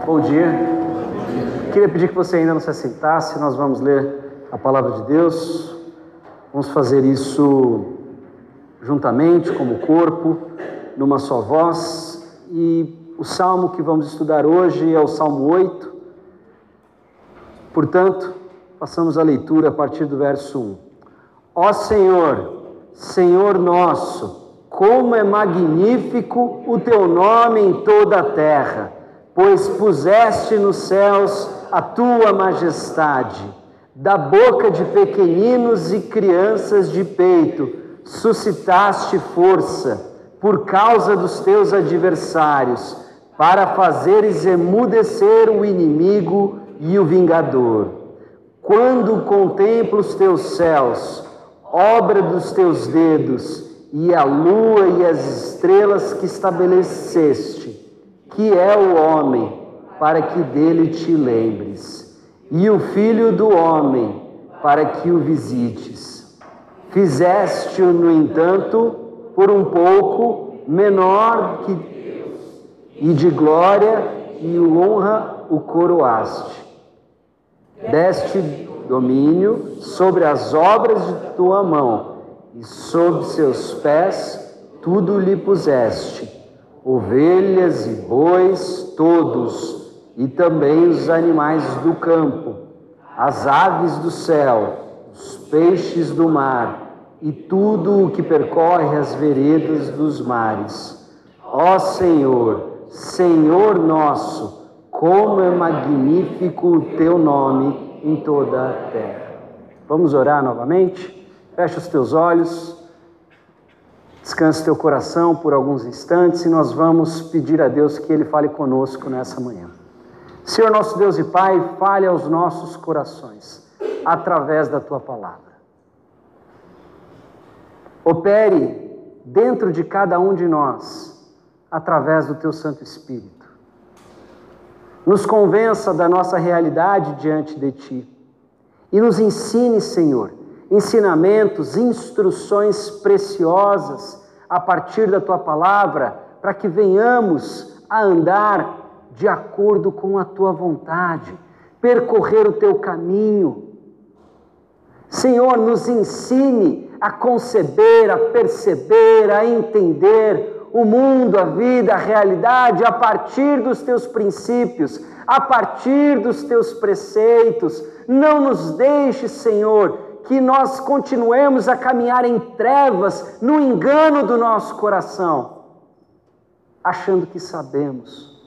Bom dia. Queria pedir que você ainda não se assentasse, nós vamos ler a palavra de Deus. Vamos fazer isso juntamente, como corpo, numa só voz. E o salmo que vamos estudar hoje é o Salmo 8. Portanto, passamos a leitura a partir do verso 1. Ó Senhor, Senhor nosso, como é magnífico o teu nome em toda a terra, pois puseste nos céus a tua majestade. Da boca de pequeninos e crianças de peito, suscitaste força por causa dos teus adversários, para fazeres emudecer o inimigo e o vingador. Quando contemplo os teus céus, obra dos teus dedos, e a lua e as estrelas que estabeleceste, que é o homem, para que dele te lembres, e o filho do homem, para que o visites. Fizeste-o, no entanto, por um pouco menor que Deus, e de glória e honra o coroaste. Deste domínio sobre as obras de tua mão, e sob seus pés tudo lhe puseste, ovelhas e bois todos, e também os animais do campo, as aves do céu, os peixes do mar, e tudo o que percorre as veredas dos mares. Ó Senhor, Senhor nosso, como é magnífico o teu nome em toda a terra. Vamos orar novamente? Fecha os teus olhos, descanse teu coração por alguns instantes e nós vamos pedir a Deus que Ele fale conosco nessa manhã. Senhor nosso Deus e Pai, fale aos nossos corações através da Tua palavra. Opere dentro de cada um de nós através do Teu Santo Espírito. Nos convença da nossa realidade diante de Ti e nos ensine, Senhor, ensinamentos, instruções preciosas a partir da Tua palavra, para que venhamos a andar de acordo com a Tua vontade, percorrer o Teu caminho. Senhor, nos ensine a conceber, a perceber, a entender o mundo, a vida, a realidade, a partir dos Teus princípios, a partir dos Teus preceitos. Não nos deixe, Senhor, que nós continuemos a caminhar em trevas, no engano do nosso coração, achando que sabemos,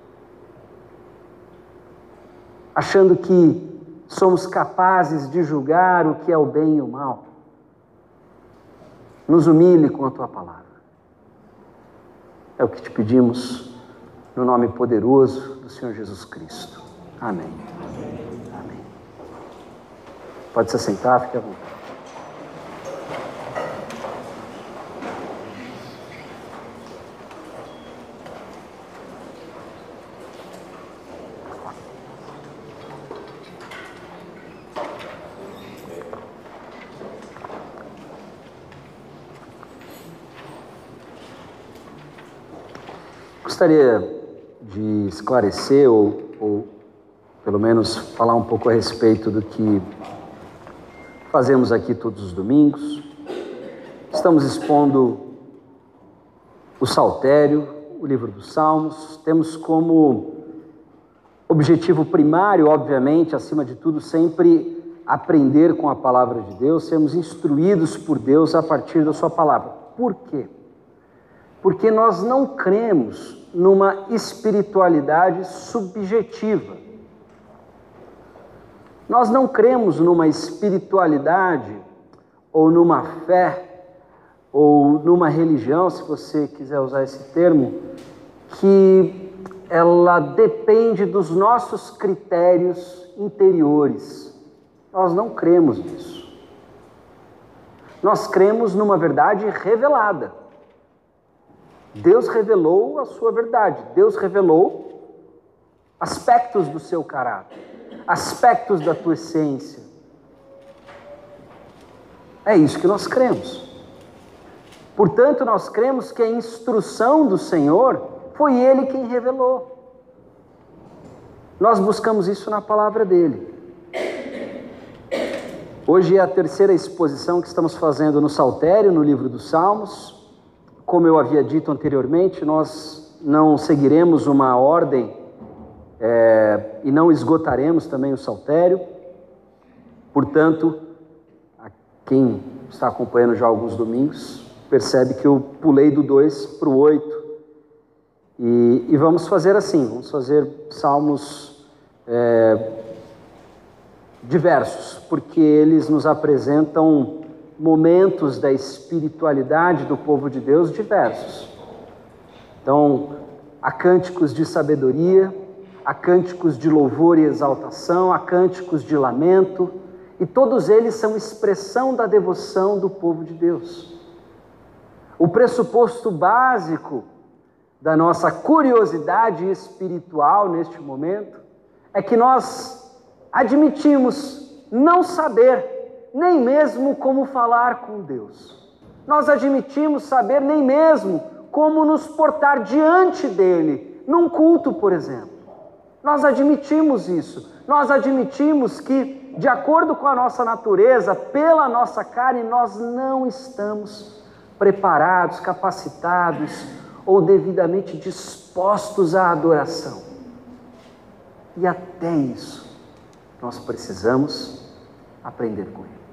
achando que somos capazes de julgar o que é o bem e o mal. Nos humilhe com a Tua palavra. É o que te pedimos, no nome poderoso do Senhor Jesus Cristo. Amém. Amém. Pode se sentar, fique à vontade. Gostaria de esclarecer ou pelo menos falar um pouco a respeito do que fazemos aqui todos os domingos. Estamos expondo o Saltério, o livro dos Salmos. Temos como objetivo primário, obviamente, acima de tudo, sempre aprender com a palavra de Deus, sermos instruídos por Deus a partir da sua palavra. Por quê? Porque nós não cremos numa espiritualidade subjetiva. Nós não cremos numa espiritualidade ou numa fé ou numa religião, se você quiser usar esse termo, que ela depende dos nossos critérios interiores. Nós não cremos nisso. Nós cremos numa verdade revelada. Deus revelou a sua verdade. Deus revelou aspectos do seu caráter, aspectos da tua essência. É isso que nós cremos. Portanto, nós cremos que a instrução do Senhor foi Ele quem revelou. Nós buscamos isso na palavra dele. Hoje é a terceira exposição que estamos fazendo no Saltério, no livro dos Salmos. Como eu havia dito anteriormente, nós não seguiremos uma ordem e não esgotaremos também o Saltério. Portanto, quem está acompanhando já alguns domingos, percebe que eu pulei do 2 para o 8. E vamos fazer assim, vamos fazer salmos diversos, porque eles nos apresentam momentos da espiritualidade do povo de Deus diversos. Então, há cânticos de sabedoria, há cânticos de louvor e exaltação, há cânticos de lamento, e todos eles são expressão da devoção do povo de Deus. O pressuposto básico da nossa curiosidade espiritual neste momento é que nós admitimos não saber nem mesmo como falar com Deus. Nós admitimos saber nem mesmo como nos portar diante dele, num culto, por exemplo. Nós admitimos isso. Nós admitimos que, de acordo com a nossa natureza, pela nossa carne, nós não estamos preparados, capacitados ou devidamente dispostos à adoração. E até isso, nós precisamos aprender com ele.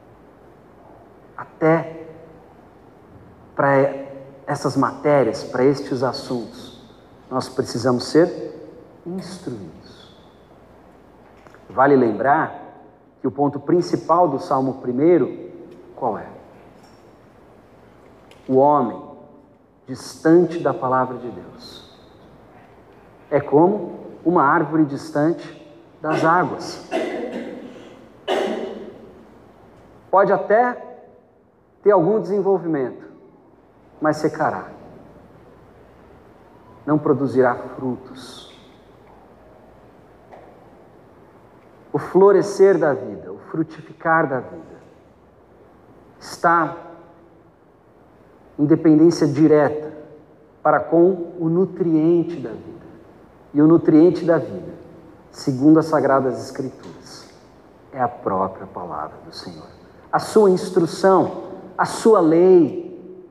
Até para essas matérias, para estes assuntos, nós precisamos ser instruídos. Vale lembrar que o ponto principal do Salmo 1, qual é? O homem distante da palavra de Deus é como uma árvore distante das águas. Pode até ter algum desenvolvimento, mas secará. Não produzirá frutos. O florescer da vida, o frutificar da vida, está em dependência direta para com o nutriente da vida. E o nutriente da vida, segundo as Sagradas Escrituras, é a própria palavra do Senhor. A sua instrução, a sua lei.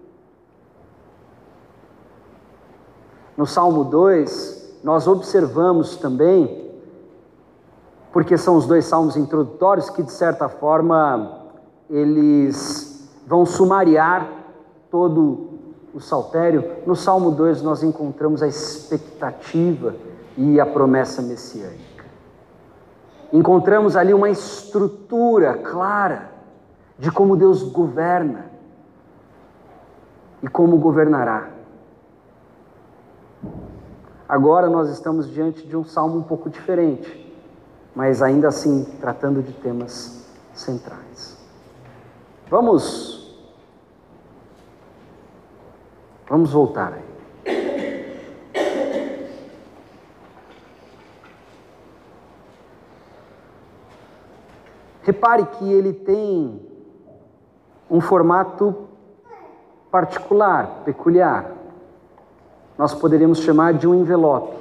No Salmo 2, nós observamos também, porque são os dois salmos introdutórios que, de certa forma, eles vão sumariar todo o saltério. No Salmo 2 nós encontramos a expectativa e a promessa messiânica. Encontramos ali uma estrutura clara de como Deus governa e como governará. Agora nós estamos diante de um salmo um pouco diferente, mas ainda assim tratando de temas centrais. Vamos voltar aí. Repare que ele tem um formato particular, peculiar. Nós poderíamos chamar de um envelope.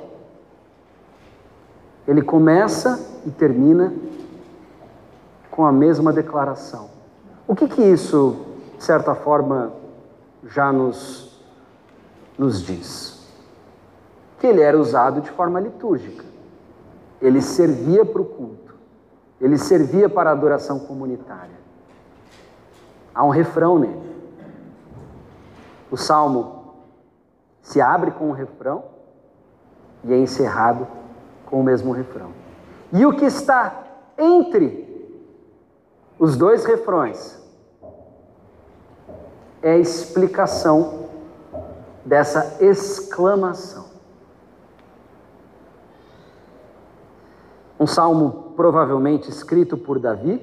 Ele começa e termina com a mesma declaração. O que isso, de certa forma, já nos diz? Que ele era usado de forma litúrgica. Ele servia para o culto. Ele servia para a adoração comunitária. Há um refrão nele. O salmo se abre com um refrão e é encerrado com o mesmo refrão. E o que está entre os dois refrões é a explicação dessa exclamação. Um salmo provavelmente escrito por Davi,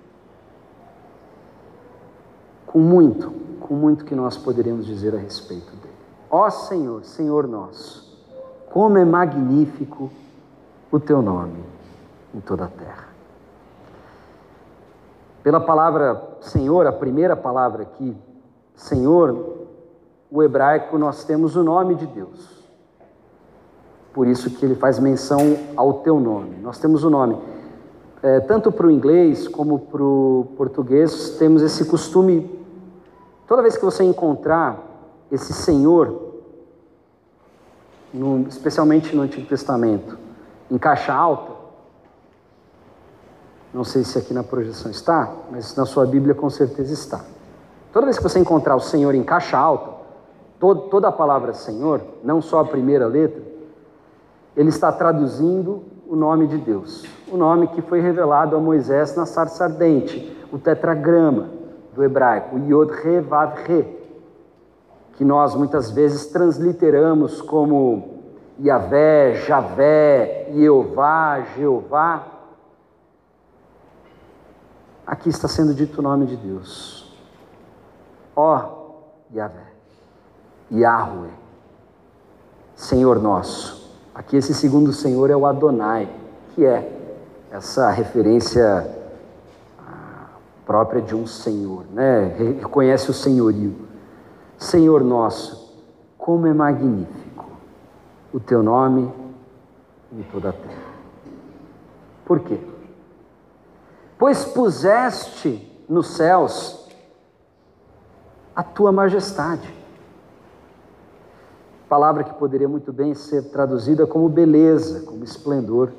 com muito que nós poderíamos dizer a respeito dele. Ó Senhor, Senhor nosso, como é magnífico o teu nome em toda a terra. Pela palavra Senhor, a primeira palavra aqui, Senhor, o hebraico, nós temos o nome de Deus. Por isso que ele faz menção ao teu nome. Nós temos o nome. Tanto para o inglês como para o português, temos esse costume, toda vez que você encontrar esse Senhor, especialmente no Antigo Testamento, em caixa alta, não sei se aqui na projeção está, mas na sua Bíblia com certeza está. Toda vez que você encontrar o Senhor em caixa alta, toda a palavra Senhor, não só a primeira letra, ele está traduzindo o nome de Deus, o nome que foi revelado a Moisés na sarça ardente, o tetragrama do hebraico, o Yod He Vav He, que nós muitas vezes transliteramos como Yahvé, Javé, Jeová, Jeová. Aqui está sendo dito o nome de Deus. Ó Yahvé, Yahweh, Senhor nosso. Aqui esse segundo Senhor é o Adonai, que é essa referência própria de um Senhor, né? Reconhece o senhorio. Senhor nosso, como é magnífico o teu nome em toda a terra. Por quê? Pois puseste nos céus a tua majestade. Palavra que poderia muito bem ser traduzida como beleza, como esplendor.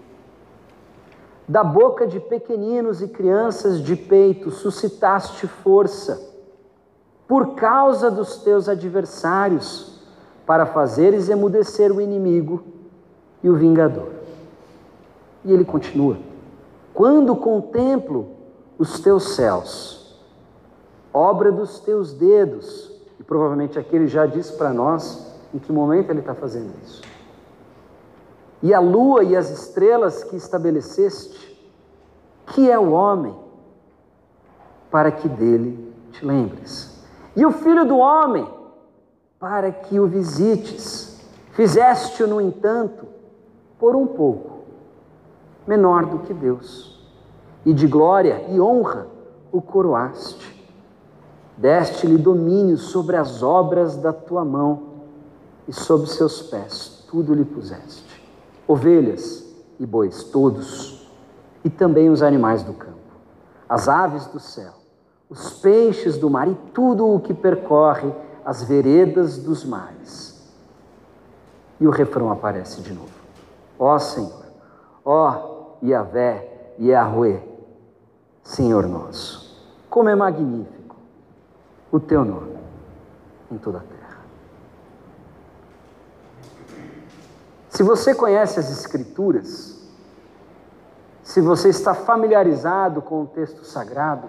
Da boca de pequeninos e crianças de peito suscitaste força, por causa dos teus adversários, para fazeres emudecer o inimigo e o vingador. E ele continua: quando contemplo os teus céus, obra dos teus dedos, e provavelmente aqui ele já disse para nós em que momento ele está fazendo isso. E a lua e as estrelas que estabeleceste, que é o homem, para que dele te lembres. E o filho do homem, para que o visites. Fizeste-o, no entanto, por um pouco menor do que Deus. E de glória e honra o coroaste. Deste-lhe domínio sobre as obras da tua mão, e sob seus pés tudo lhe puseste, ovelhas e bois todos, e também os animais do campo, as aves do céu, os peixes do mar e tudo o que percorre as veredas dos mares. E o refrão aparece de novo: ó Senhor, ó Yahvé, Yahweh, Senhor nosso, como é magnífico o teu nome em toda a terra. Se você conhece as Escrituras, se você está familiarizado com o texto sagrado,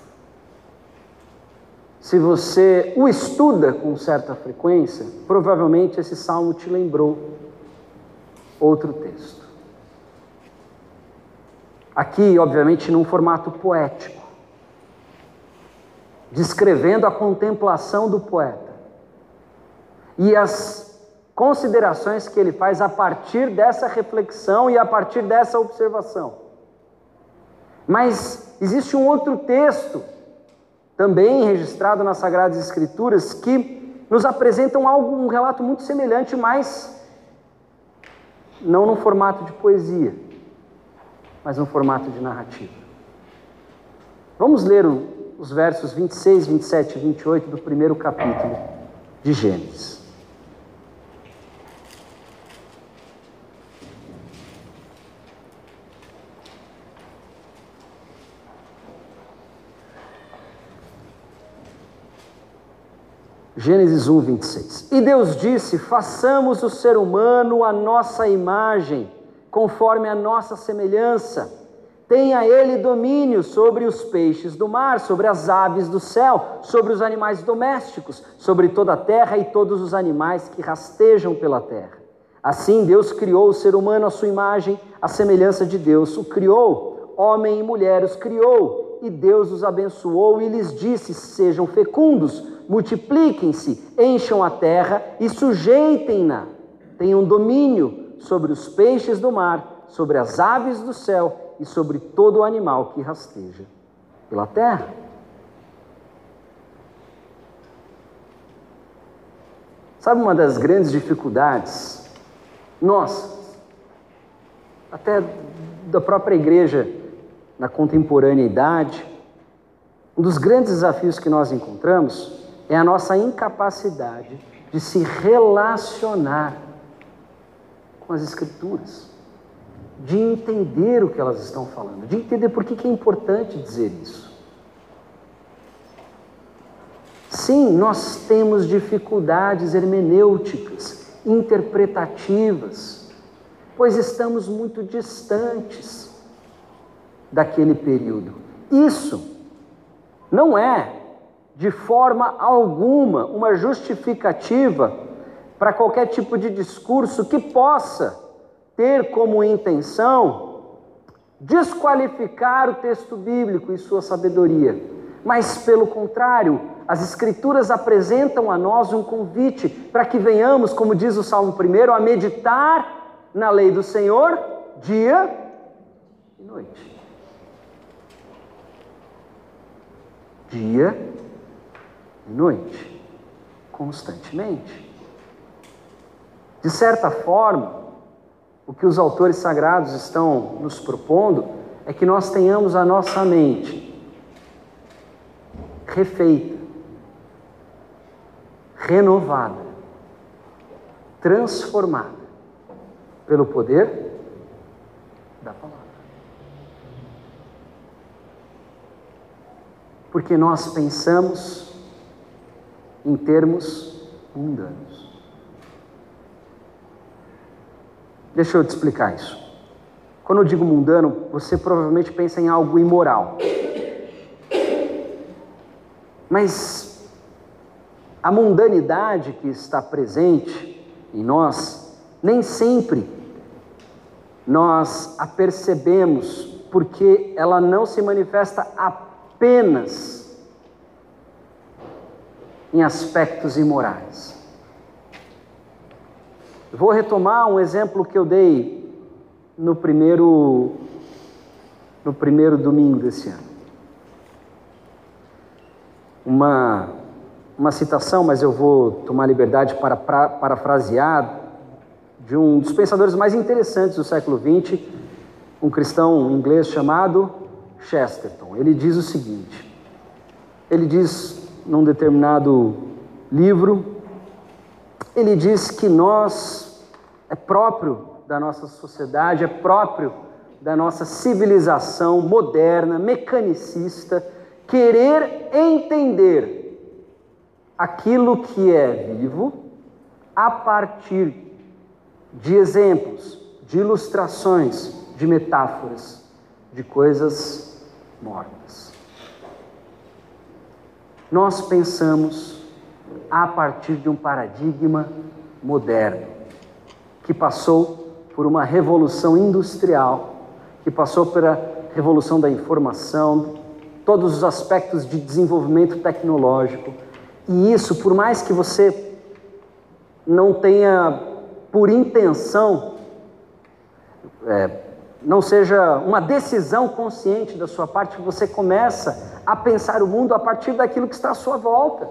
se você o estuda com certa frequência, provavelmente esse salmo te lembrou outro texto. Aqui, obviamente, num formato poético, descrevendo a contemplação do poeta e as considerações que ele faz a partir dessa reflexão e a partir dessa observação. Mas existe um outro texto, também registrado nas Sagradas Escrituras, que nos apresentam um relato muito semelhante, mas não no formato de poesia, mas no formato de narrativa. Vamos ler os versos 26, 27 e 28 do primeiro capítulo de Gênesis. Gênesis 1, 26. E Deus disse: façamos o ser humano à nossa imagem, conforme a nossa semelhança. Tenha ele domínio sobre os peixes do mar, sobre as aves do céu, sobre os animais domésticos, sobre toda a terra e todos os animais que rastejam pela terra. Assim Deus criou o ser humano à sua imagem, à semelhança de Deus o criou, homem e mulher os criou. E Deus os abençoou e lhes disse: sejam fecundos, multipliquem-se, encham a terra e sujeitem-na. Tenham domínio sobre os peixes do mar, sobre as aves do céu e sobre todo o animal que rasteja pela terra. Sabe uma das grandes dificuldades Nós, até da própria igreja na contemporaneidade, um dos grandes desafios que nós encontramos é a nossa incapacidade de se relacionar com as Escrituras, de entender o que elas estão falando, de entender por que é importante dizer isso. Sim, nós temos dificuldades hermenêuticas, interpretativas, pois estamos muito distantes daquele período. Isso não é, de forma alguma, uma justificativa para qualquer tipo de discurso que possa ter como intenção desqualificar o texto bíblico e sua sabedoria. Mas, pelo contrário, as Escrituras apresentam a nós um convite para que venhamos, como diz o Salmo 1, a meditar na lei do Senhor dia e noite. Dia e noite, constantemente. De certa forma, o que os autores sagrados estão nos propondo é que nós tenhamos a nossa mente refeita, renovada, transformada pelo poder da palavra. Porque nós pensamos em termos mundanos. Deixa eu te explicar isso. Quando eu digo mundano, você provavelmente pensa em algo imoral. Mas a mundanidade que está presente em nós, nem sempre nós a percebemos, porque ela não se manifesta apenas em aspectos imorais. Vou retomar um exemplo que eu dei no primeiro domingo desse ano. Uma citação, mas eu vou tomar liberdade para parafrasear, de um dos pensadores mais interessantes do século XX, um cristão inglês chamado Chesterton. Ele diz o seguinte, ele diz num determinado livro, ele diz que é próprio da nossa sociedade, é próprio da nossa civilização moderna, mecanicista, querer entender aquilo que é vivo a partir de exemplos, de ilustrações, de metáforas, de coisas mortas. Nós pensamos a partir de um paradigma moderno, que passou por uma revolução industrial, que passou pela revolução da informação, todos os aspectos de desenvolvimento tecnológico. E isso, por mais que você não tenha por intenção, não seja uma decisão consciente da sua parte, você começa a pensar o mundo a partir daquilo que está à sua volta.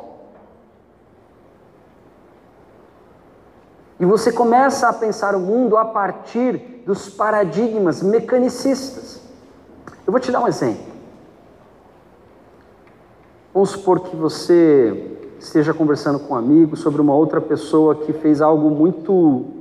E você começa a pensar o mundo a partir dos paradigmas mecanicistas. Eu vou te dar um exemplo. Vamos supor que você esteja conversando com um amigo sobre uma outra pessoa que fez algo muito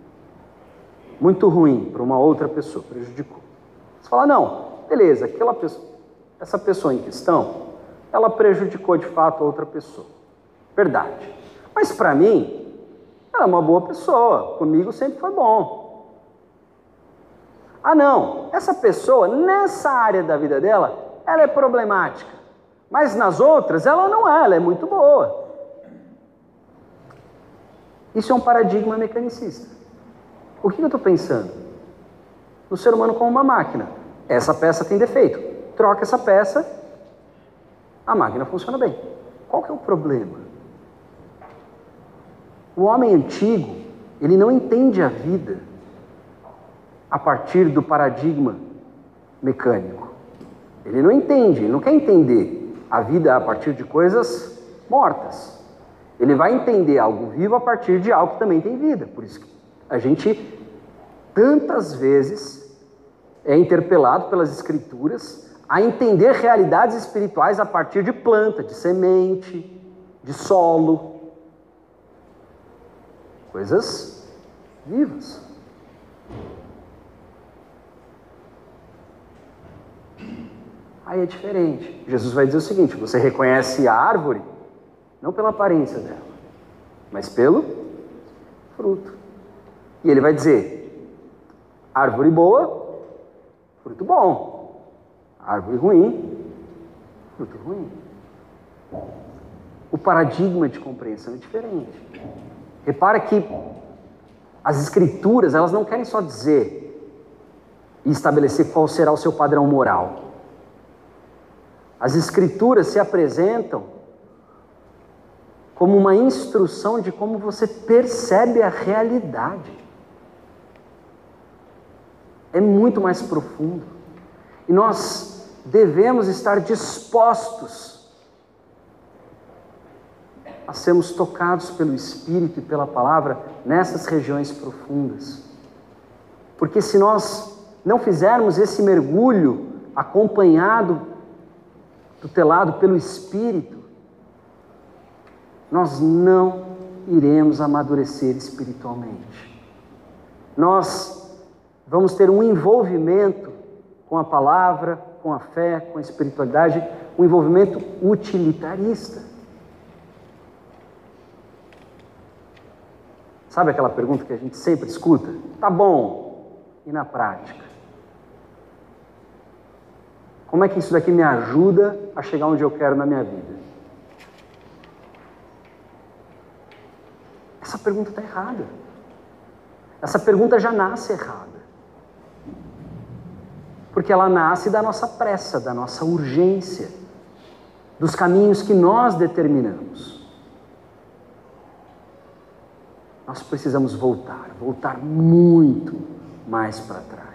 ruim para uma outra pessoa, prejudicou. Você fala, não, beleza, essa pessoa em questão, ela prejudicou de fato a outra pessoa. Verdade. Mas para mim, ela é uma boa pessoa, comigo sempre foi bom. Ah não, essa pessoa, nessa área da vida dela, ela é problemática. Mas nas outras, ela é muito boa. Isso é um paradigma mecanicista. O que eu estou pensando? No ser humano como uma máquina. Essa peça tem defeito. Troca essa peça, a máquina funciona bem. Qual que é o problema? O homem antigo, ele não entende a vida a partir do paradigma mecânico. Ele não entende, ele não quer entender a vida a partir de coisas mortas. Ele vai entender algo vivo a partir de algo que também tem vida. Por isso que a gente tantas vezes é interpelado pelas Escrituras a entender realidades espirituais a partir de planta, de semente, de solo. Coisas vivas. Aí é diferente. Jesus vai dizer o seguinte: você reconhece a árvore não pela aparência dela, mas pelo fruto. E ele vai dizer: árvore boa, fruto bom. Árvore ruim, fruto ruim. O paradigma de compreensão é diferente. Repara que as Escrituras, elas não querem só dizer e estabelecer qual será o seu padrão moral. As Escrituras se apresentam como uma instrução de como você percebe a realidade. É muito mais profundo. E nós devemos estar dispostos a sermos tocados pelo Espírito e pela Palavra nessas regiões profundas. Porque se nós não fizermos esse mergulho acompanhado, tutelado pelo Espírito, nós não iremos amadurecer espiritualmente. Nós vamos ter um envolvimento com a palavra, com a fé, com a espiritualidade, um envolvimento utilitarista. Sabe aquela pergunta que a gente sempre escuta? Tá bom, e na prática? Como é que isso daqui me ajuda a chegar onde eu quero na minha vida? Essa pergunta está errada. Essa pergunta já nasce errada. Porque ela nasce da nossa pressa, da nossa urgência, dos caminhos que nós determinamos. Nós precisamos voltar muito mais para trás.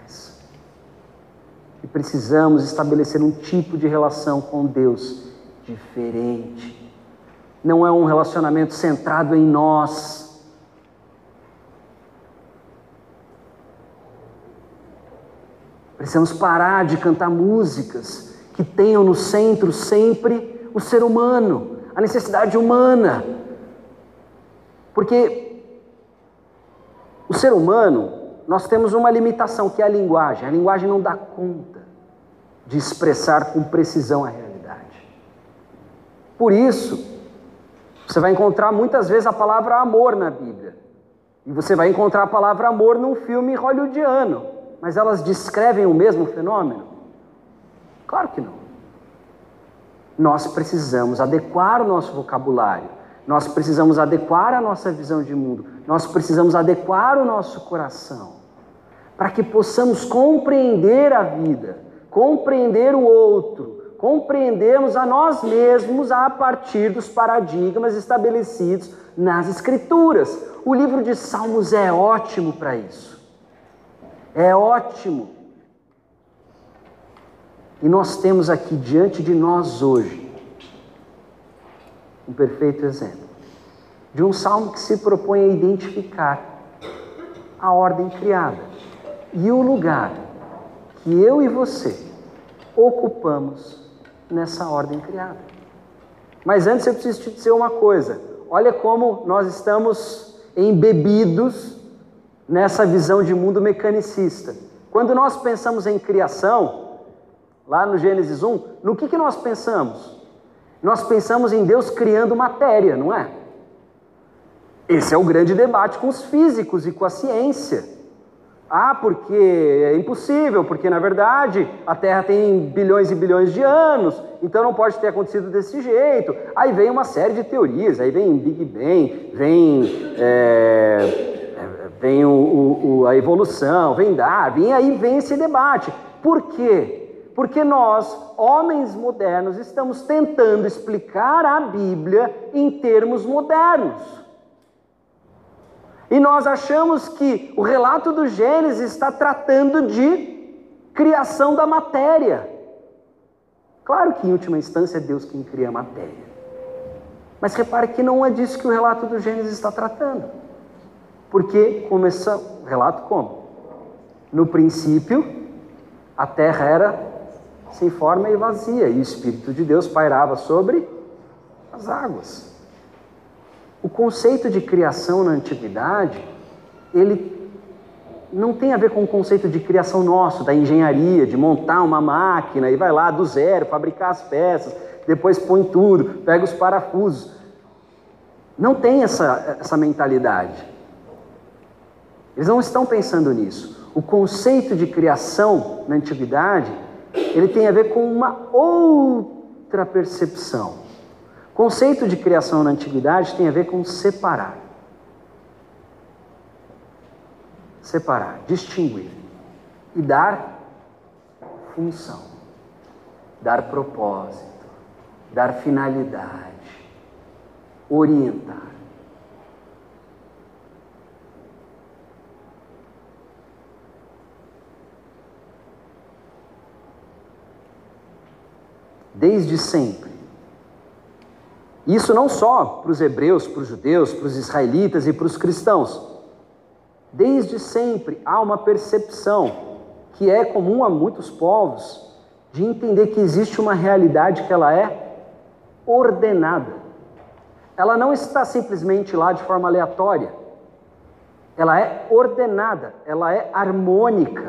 E precisamos estabelecer um tipo de relação com Deus diferente. Não é um relacionamento centrado em nós. Precisamos parar de cantar músicas que tenham no centro sempre o ser humano, a necessidade humana. Porque o ser humano, nós temos uma limitação, que é a linguagem. A linguagem não dá conta de expressar com precisão a realidade. Por isso, você vai encontrar muitas vezes a palavra amor na Bíblia. E você vai encontrar a palavra amor num filme hollywoodiano. Mas elas descrevem o mesmo fenômeno? Claro que não. Nós precisamos adequar o nosso vocabulário. Nós precisamos adequar a nossa visão de mundo. Nós precisamos adequar o nosso coração para que possamos compreender a vida, compreender o outro, compreendermos a nós mesmos a partir dos paradigmas estabelecidos nas Escrituras. O livro de Salmos é ótimo para isso. É ótimo. E nós temos aqui diante de nós hoje um perfeito exemplo de um salmo que se propõe a identificar a ordem criada e o lugar que eu e você ocupamos nessa ordem criada. Mas antes eu preciso te dizer uma coisa: olha como nós estamos embebidos nessa visão de mundo mecanicista. Quando nós pensamos em criação, lá no Gênesis 1, no que nós pensamos? Nós pensamos em Deus criando matéria, não é? Esse é o grande debate com os físicos e com a ciência. Ah, porque é impossível, porque na verdade a Terra tem bilhões e bilhões de anos, então não pode ter acontecido desse jeito. Aí vem uma série de teorias, aí vem Big Bang, vem a evolução, vem Darwin, e aí vem esse debate. Por quê? Porque nós, homens modernos, estamos tentando explicar a Bíblia em termos modernos. E nós achamos que o relato do Gênesis está tratando de criação da matéria. Claro que, em última instância, é Deus quem cria a matéria. Mas repare que não é disso que o relato do Gênesis está tratando. Porque começa o relato como? No princípio, a terra era sem forma e vazia, e o Espírito de Deus pairava sobre as águas. O conceito de criação na antiguidade, ele não tem a ver com o conceito de criação nosso, da engenharia, de montar uma máquina e vai lá do zero, fabricar as peças, depois põe tudo, pega os parafusos. Não tem essa mentalidade. Eles não estão pensando nisso. O conceito de criação na antiguidade, ele tem a ver com uma outra percepção. O conceito de criação na antiguidade tem a ver com separar. Separar, distinguir e dar função, dar propósito, dar finalidade, orientar. Desde sempre. Isso não só para os hebreus, para os judeus, para os israelitas e para os cristãos. Desde sempre há uma percepção que é comum a muitos povos de entender que existe uma realidade que ela é ordenada. Ela não está simplesmente lá de forma aleatória. Ela é ordenada, ela é harmônica.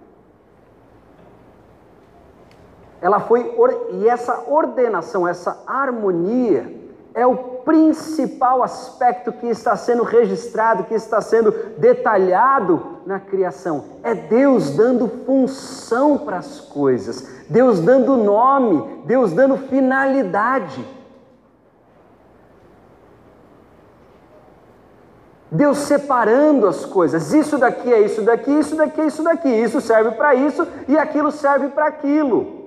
E essa ordenação, essa harmonia é o principal aspecto que está sendo registrado, que está sendo detalhado na criação. É Deus dando função para as coisas, Deus dando nome, Deus dando finalidade. Deus separando as coisas. Isso daqui é isso daqui, isso daqui é isso daqui. Isso serve para isso e aquilo serve para aquilo.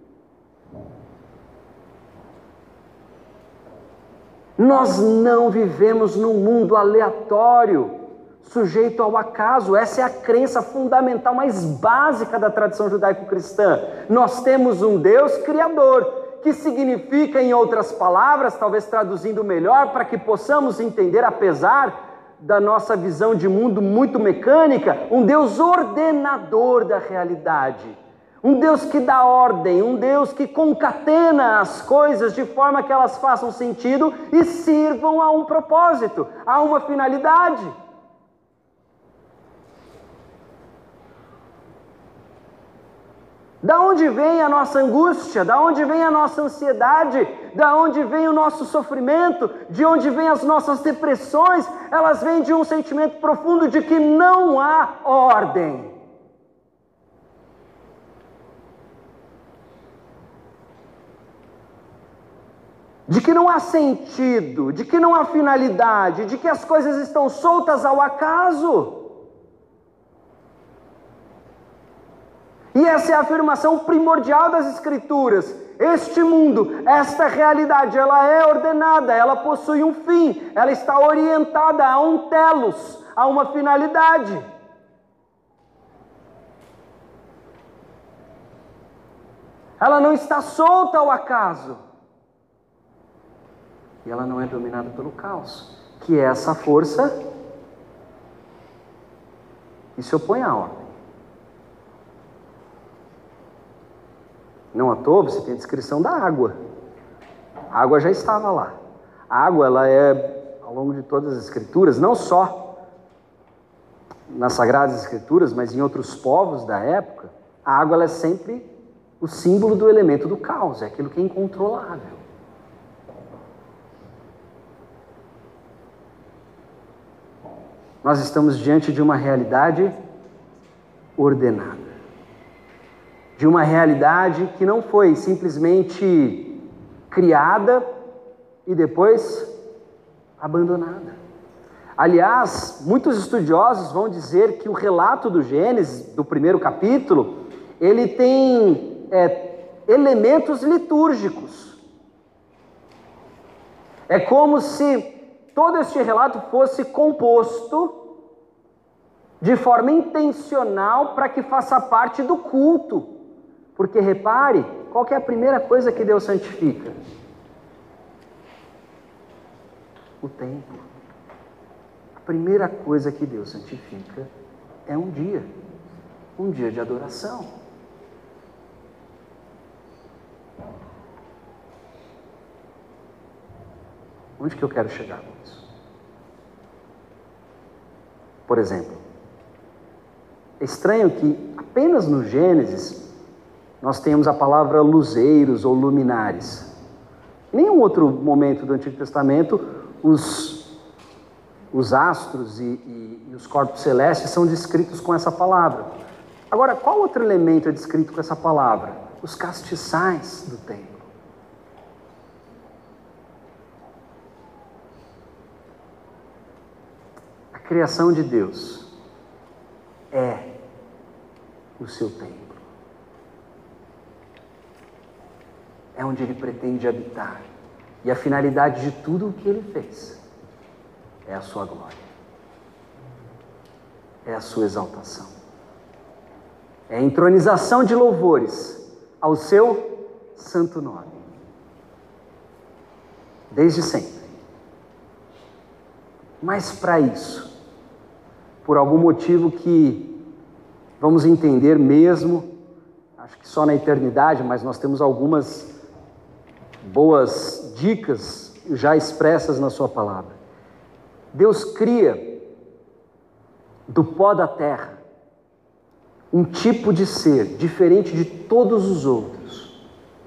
Nós não vivemos num mundo aleatório, sujeito ao acaso. Essa é a crença fundamental mais básica da tradição judaico-cristã. Nós temos um Deus criador, que significa, em outras palavras, talvez traduzindo melhor, para que possamos entender, apesar da nossa visão de mundo muito mecânica, um Deus ordenador da realidade. Um Deus que dá ordem, um Deus que concatena as coisas de forma que elas façam sentido e sirvam a um propósito, a uma finalidade. Da onde vem a nossa angústia? Da onde vem a nossa ansiedade? Da onde vem o nosso sofrimento? De onde vêm as nossas depressões? Elas vêm de um sentimento profundo de que não há ordem. De que não há sentido, de que não há finalidade, de que as coisas estão soltas ao acaso. E essa é a afirmação primordial das Escrituras. Este mundo, esta realidade, ela é ordenada, ela possui um fim, ela está orientada a um telos, a uma finalidade. Ela não está solta ao acaso. E ela não é dominada pelo caos, que é essa força que se opõe à ordem. Não à toa, você tem a descrição da água. A água já estava lá. A água, ela é, ao longo de todas as Escrituras, não só nas Sagradas Escrituras, mas em outros povos da época, a água ela é sempre o símbolo do elemento do caos, é aquilo que é incontrolável. Nós estamos diante de uma realidade ordenada. De uma realidade que não foi simplesmente criada e depois abandonada. Aliás, muitos estudiosos vão dizer que o relato do Gênesis, do primeiro capítulo, ele tem elementos litúrgicos. É como se todo este relato fosse composto de forma intencional para que faça parte do culto. Porque repare, qual que é a primeira coisa que Deus santifica? O tempo. A primeira coisa que Deus santifica é um dia. um dia de adoração. Onde que eu quero chegar com isso? Por exemplo, é estranho que apenas no Gênesis nós temos a palavra luzeiros ou luminares. Em nenhum outro momento do Antigo Testamento os astros e os corpos celestes são descritos com essa palavra. Agora, qual outro elemento é descrito com essa palavra? Os castiçais do templo. A criação de Deus é o seu templo. É onde Ele pretende habitar. E a finalidade de tudo o que Ele fez é a sua glória. É a sua exaltação. É a entronização de louvores ao seu santo nome. Desde sempre. Mas para isso, por algum motivo que vamos entender mesmo, acho que só na eternidade, mas nós temos algumas boas dicas já expressas na sua palavra. Deus cria do pó da terra um tipo de ser diferente de todos os outros.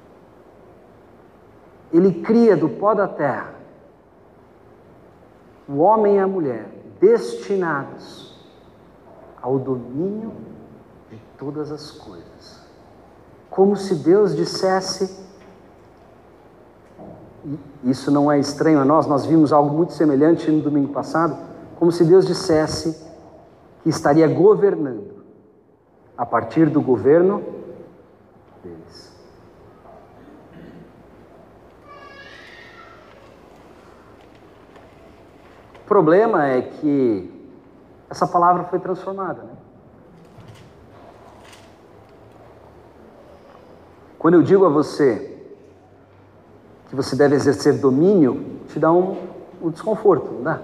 Ele cria do pó da terra o homem e a mulher destinados ao domínio de todas as coisas. Como se Deus dissesse, e isso não é estranho a nós vimos algo muito semelhante no domingo passado, como se Deus dissesse que estaria governando a partir do governo deles. O problema é que essa palavra foi transformada, né? Quando eu digo a você que você deve exercer domínio, te dá um desconforto, não dá?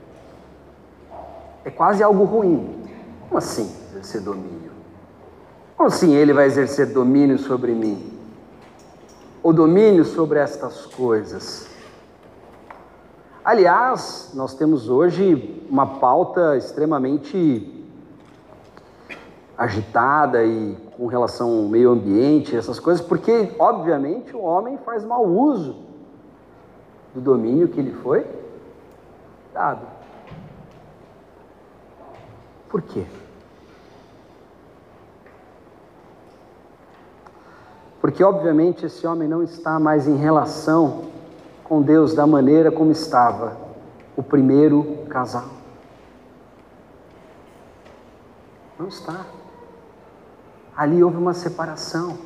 É quase algo ruim. Como assim exercer domínio? Como assim ele vai exercer domínio sobre mim? Ou domínio sobre estas coisas? Aliás, nós temos hoje uma pauta extremamente agitada e com relação ao meio ambiente, essas coisas, porque, obviamente, o homem faz mau uso do domínio que lhe foi dado. Por quê? Porque, obviamente, esse homem não está mais em relação com Deus da maneira como estava o primeiro casal. Não está. Ali houve uma separação.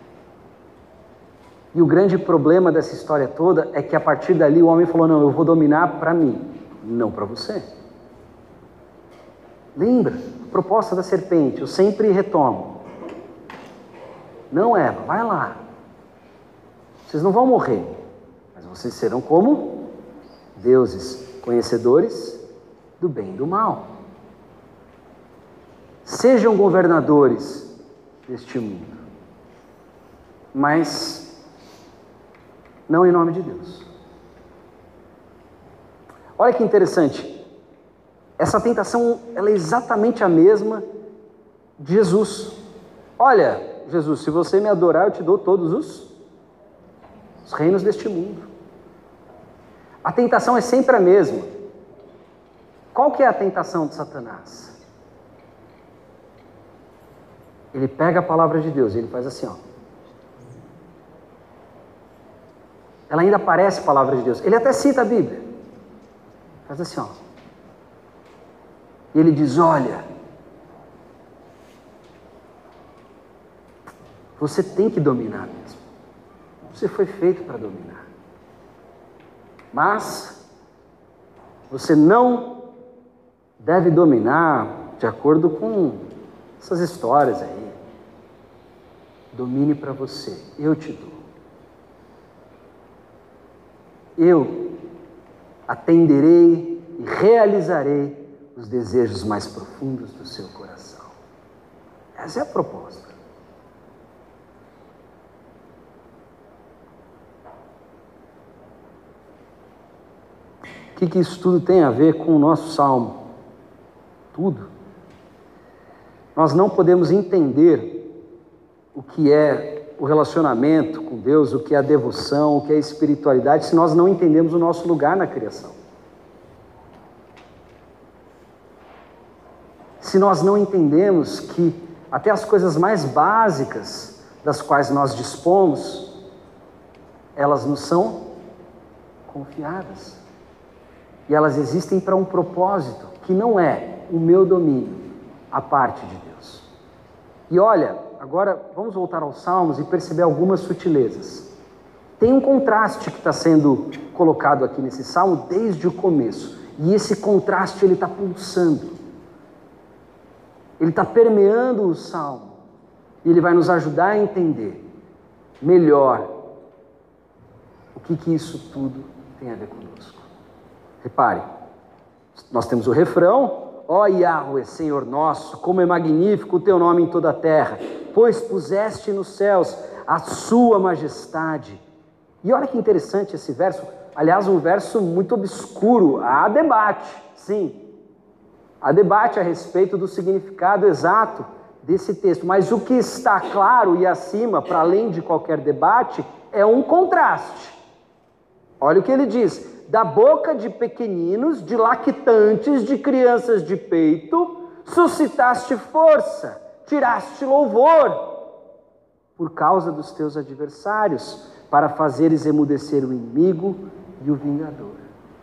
E o grande problema dessa história toda é que a partir dali o homem falou, não, eu vou dominar para mim, não para você. Lembra? A proposta da serpente, eu sempre retomo. Não, Eva, vai lá. Vocês não vão morrer, mas vocês serão como deuses, conhecedores do bem e do mal. Sejam governadores deste mundo, mas não em nome de Deus. Olha que interessante, essa tentação ela é exatamente a mesma de Jesus. Olha, Jesus, se você me adorar, eu te dou todos os reinos deste mundo. A tentação é sempre a mesma. Qual que é a tentação de Satanás? Ele pega a palavra de Deus e ele faz assim, ó. Ela ainda parece palavra de Deus. Ele até cita a Bíblia. Faz assim, ó. E ele diz, olha, você tem que dominar mesmo. Você foi feito para dominar. Mas você não deve dominar de acordo com essas histórias aí. Domine para você. Eu te dou. Eu atenderei e realizarei os desejos mais profundos do seu coração. Essa é a proposta. O que isso tudo tem a ver com o nosso salmo? Tudo. Nós não podemos entender o que é o relacionamento com Deus, o que é a devoção, o que é a espiritualidade, se nós não entendemos o nosso lugar na criação. Se nós não entendemos que até as coisas mais básicas das quais nós dispomos, elas nos são confiadas. E elas existem para um propósito, que não é o meu domínio, a parte de Deus. E olha, agora vamos voltar aos Salmos e perceber algumas sutilezas. Tem um contraste que está sendo colocado aqui nesse Salmo desde o começo. E esse contraste ele está pulsando. Ele está permeando o Salmo. E ele vai nos ajudar a entender melhor o que isso tudo tem a ver conosco. Repare, nós temos o refrão: ó Yahweh, Senhor nosso, como é magnífico o teu nome em toda a terra, pois puseste nos céus a sua majestade. E olha que interessante esse verso, aliás, um verso muito obscuro. Há debate, sim, há debate a respeito do significado exato desse texto, mas o que está claro e acima, para além de qualquer debate, é um contraste. Olha o que ele diz: da boca de pequeninos, de lactantes, de crianças de peito, suscitaste força, tiraste louvor, por causa dos teus adversários, para fazeres emudecer o inimigo e o vingador.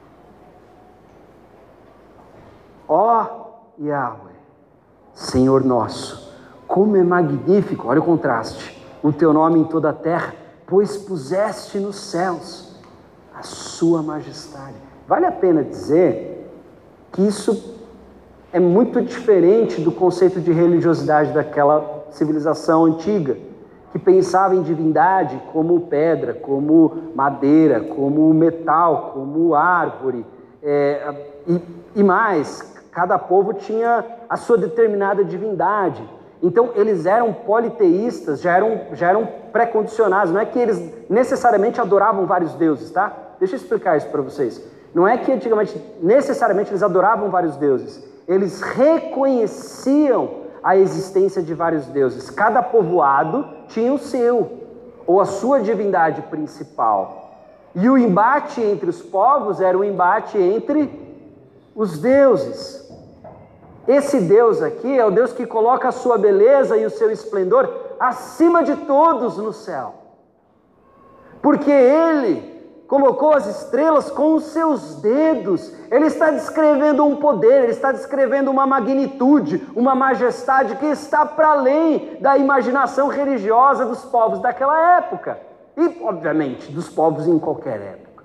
Ó Yahweh, Senhor nosso, como é magnífico, olha o contraste, o teu nome em toda a terra, pois puseste nos céus a sua majestade. Vale a pena dizer que isso é muito diferente do conceito de religiosidade daquela civilização antiga, que pensava em divindade como pedra, como madeira, como metal, como árvore, e mais, cada povo tinha a sua determinada divindade. Então eles eram politeístas, já eram pré-condicionados. Não é que eles necessariamente adoravam vários deuses, tá? Deixa eu explicar isso para vocês. Não é que antigamente necessariamente eles adoravam vários deuses. Eles reconheciam a existência de vários deuses. Cada povoado tinha o seu, ou a sua divindade principal. E o embate entre os povos era o embate entre os deuses. Esse Deus aqui é o Deus que coloca a sua beleza e o seu esplendor acima de todos no céu. Porque Ele colocou as estrelas com os seus dedos. Ele está descrevendo um poder, ele está descrevendo uma magnitude, uma majestade que está para além da imaginação religiosa dos povos daquela época. E, obviamente, dos povos em qualquer época.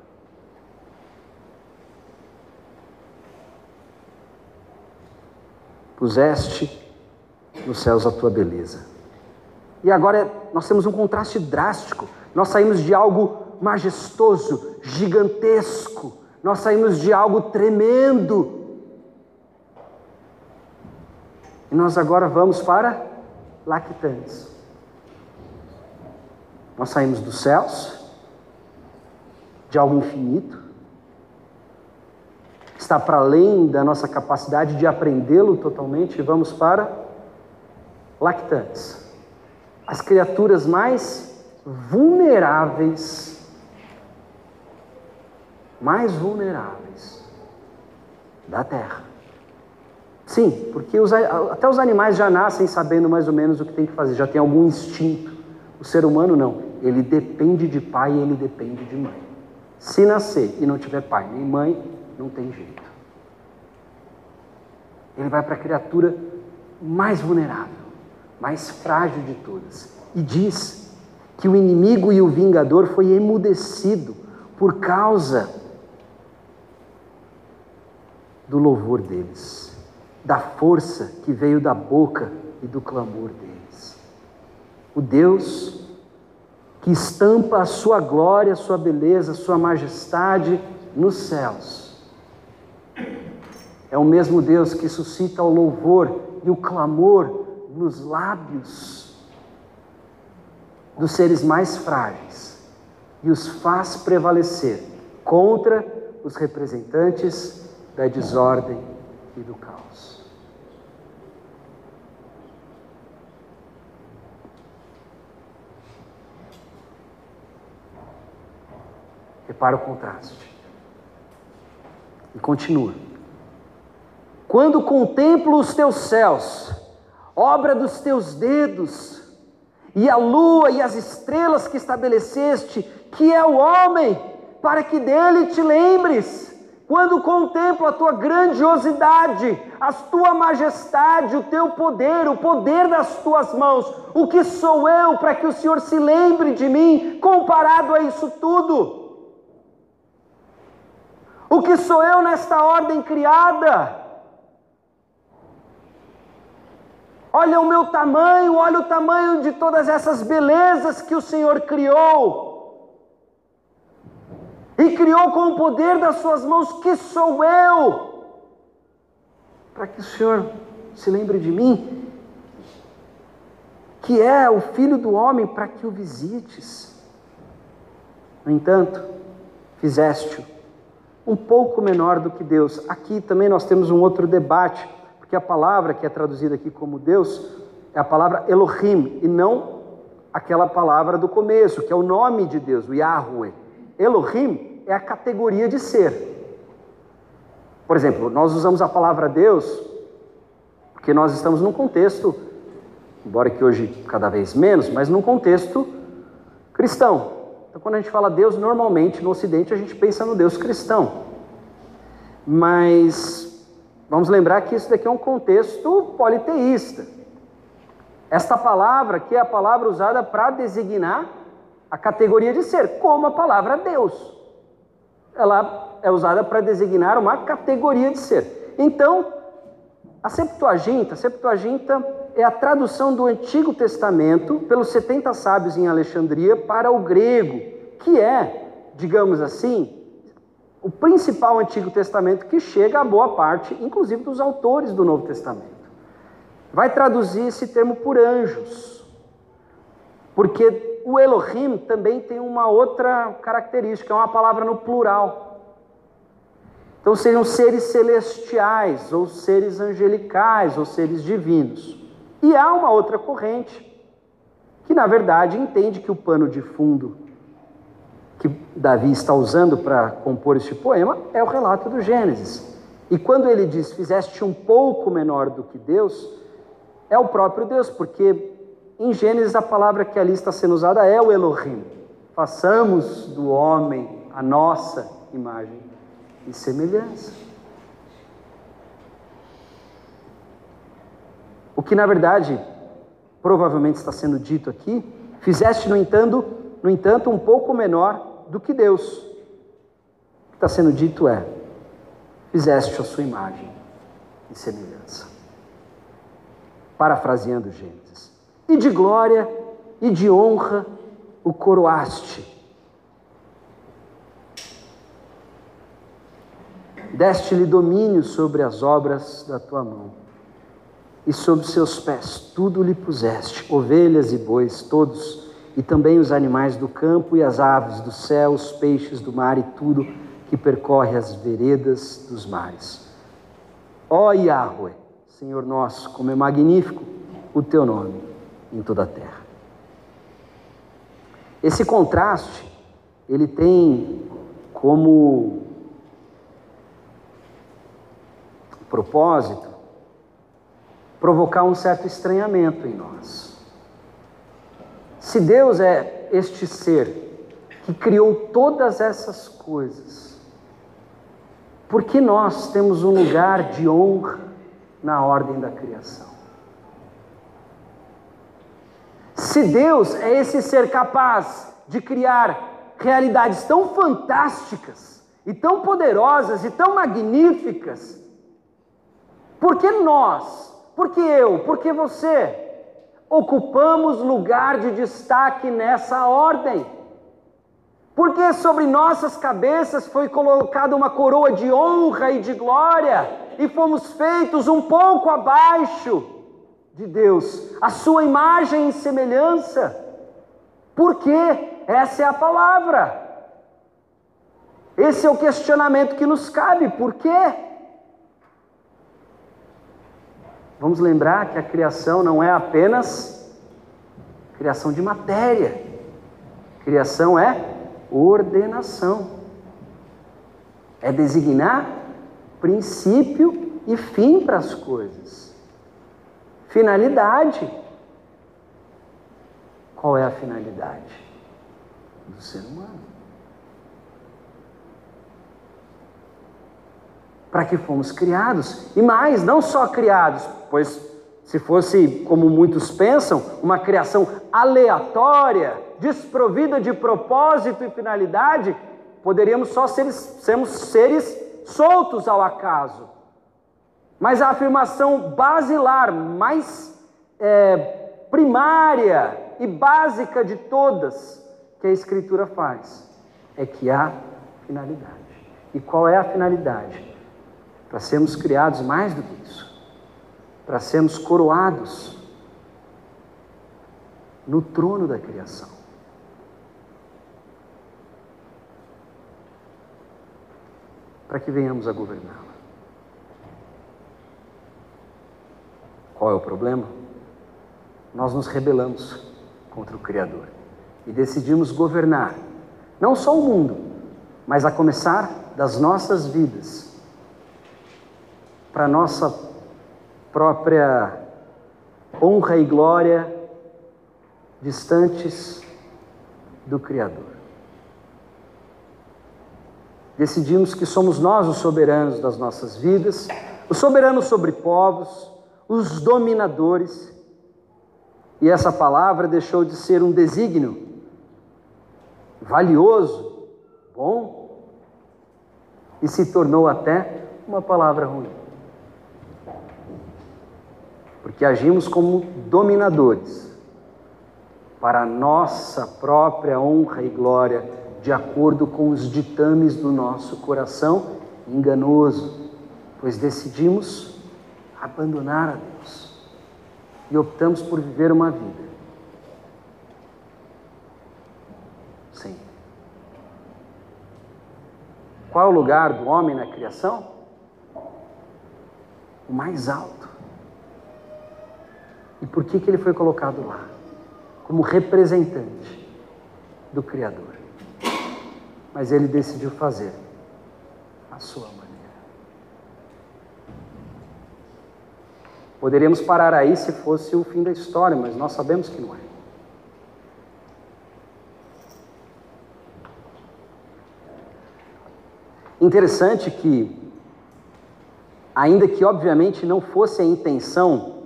Puseste nos céus a tua beleza. E agora nós temos um contraste drástico. Nós saímos de algo majestoso, gigantesco. Nós saímos de algo tremendo. E nós agora vamos para lactantes. Nós saímos dos céus, de algo infinito, está para além da nossa capacidade de aprendê-lo totalmente, e vamos para lactantes. As criaturas mais vulneráveis da terra. Sim, porque até os animais já nascem sabendo mais ou menos o que tem que fazer, já tem algum instinto. O ser humano não, ele depende de pai e ele depende de mãe. Se nascer e não tiver pai nem mãe, não tem jeito. Ele vai para a criatura mais vulnerável, mais frágil de todas, e diz que o inimigo e o vingador foi emudecido por causa do louvor deles, da força que veio da boca e do clamor deles. O Deus que estampa a sua glória, a sua beleza, a sua majestade nos céus, é o mesmo Deus que suscita o louvor e o clamor nos lábios dos seres mais frágeis e os faz prevalecer contra os representantes da desordem e do caos. Repara o contraste. E continua. Quando contemplo os teus céus, obra dos teus dedos, e a lua e as estrelas que estabeleceste, que é o homem, para que dele te lembres. Quando contemplo a tua grandiosidade, a tua majestade, o teu poder, o poder das tuas mãos, o que sou eu para que o Senhor se lembre de mim, comparado a isso tudo? O que sou eu nesta ordem criada? Olha o meu tamanho, olha o tamanho de todas essas belezas que o Senhor criou. E criou com o poder das suas mãos, que sou eu, para que o Senhor se lembre de mim, que é o Filho do Homem, para que o visites. No entanto, fizeste-o um pouco menor do que Deus. Aqui também nós temos um outro debate, porque a palavra que é traduzida aqui como Deus é a palavra Elohim, e não aquela palavra do começo, que é o nome de Deus, o Yahweh. Elohim é a categoria de ser. Por exemplo, nós usamos a palavra Deus porque nós estamos num contexto, embora que hoje cada vez menos, mas num contexto cristão. Então, quando a gente fala Deus, normalmente no Ocidente a gente pensa no Deus cristão. Mas vamos lembrar que isso daqui é um contexto politeísta. Esta palavra aqui é a palavra usada para designar a categoria de ser, como a palavra Deus. Ela é usada para designar uma categoria de ser. Então, a Septuaginta é a tradução do Antigo Testamento pelos 70 sábios em Alexandria para o grego, que é, digamos assim, o principal Antigo Testamento que chega a boa parte, inclusive dos autores do Novo Testamento. Vai traduzir esse termo por anjos, porque o Elohim também tem uma outra característica, é uma palavra no plural. Então seriam seres celestiais, ou seres angelicais, ou seres divinos. E há uma outra corrente, que na verdade entende que o pano de fundo que Davi está usando para compor este poema é o relato do Gênesis. E quando ele diz, fizeste um pouco menor do que Deus, é o próprio Deus, porque em Gênesis a palavra que ali está sendo usada é o Elohim. Façamos do homem a nossa imagem e semelhança. O que na verdade provavelmente está sendo dito aqui, fizeste no entanto um pouco menor do que Deus. O que está sendo dito é, fizeste a sua imagem e semelhança. Parafraseando Gênesis. E de glória e de honra o coroaste. Deste-lhe domínio sobre as obras da tua mão, e sobre seus pés tudo lhe puseste, ovelhas e bois, todos, e também os animais do campo e as aves do céu, os peixes do mar e tudo que percorre as veredas dos mares. Ó Yahweh, Senhor nosso, como é magnífico o teu nome em toda a terra. Esse contraste, ele tem como propósito provocar um certo estranhamento em nós. Se Deus é este ser que criou todas essas coisas, por que nós temos um lugar de honra na ordem da criação? Se Deus é esse ser capaz de criar realidades tão fantásticas e tão poderosas e tão magníficas, por que nós, por que eu, por que você ocupamos lugar de destaque nessa ordem? Porque sobre nossas cabeças foi colocada uma coroa de honra e de glória e fomos feitos um pouco abaixo de Deus, a sua imagem e semelhança. Por quê? Essa é a palavra. Esse é o questionamento que nos cabe. Por quê? Vamos lembrar que a criação não é apenas criação de matéria. Criação é ordenação. É designar princípio e fim para as coisas. Finalidade. Qual é a finalidade do ser humano? Para que fomos criados, e mais, não só criados, pois se fosse, como muitos pensam, uma criação aleatória, desprovida de propósito e finalidade, poderíamos só sermos seres soltos ao acaso. Mas a afirmação basilar, mais primária e básica de todas que a Escritura faz, é que há finalidade. E qual é a finalidade? Para sermos criados mais do que isso, para sermos coroados no trono da criação. Para que venhamos a governá-la. Qual é o problema? Nós nos rebelamos contra o Criador e decidimos governar, não só o mundo, mas a começar das nossas vidas, para nossa própria honra e glória, distantes do Criador. Decidimos que somos nós os soberanos das nossas vidas, os soberanos sobre povos, os dominadores, e essa palavra deixou de ser um desígnio valioso, bom, e se tornou até uma palavra ruim. Porque agimos como dominadores, para a nossa própria honra e glória, de acordo com os ditames do nosso coração enganoso, pois decidimos abandonar a Deus e optamos por viver uma vida sem Ele. Qual é o lugar do homem na criação? O mais alto. E por que ele foi colocado lá? Como representante do Criador. Mas ele decidiu fazer a sua maneira. Poderíamos parar aí se fosse o fim da história, mas nós sabemos que não é. Interessante que, ainda que obviamente não fosse a intenção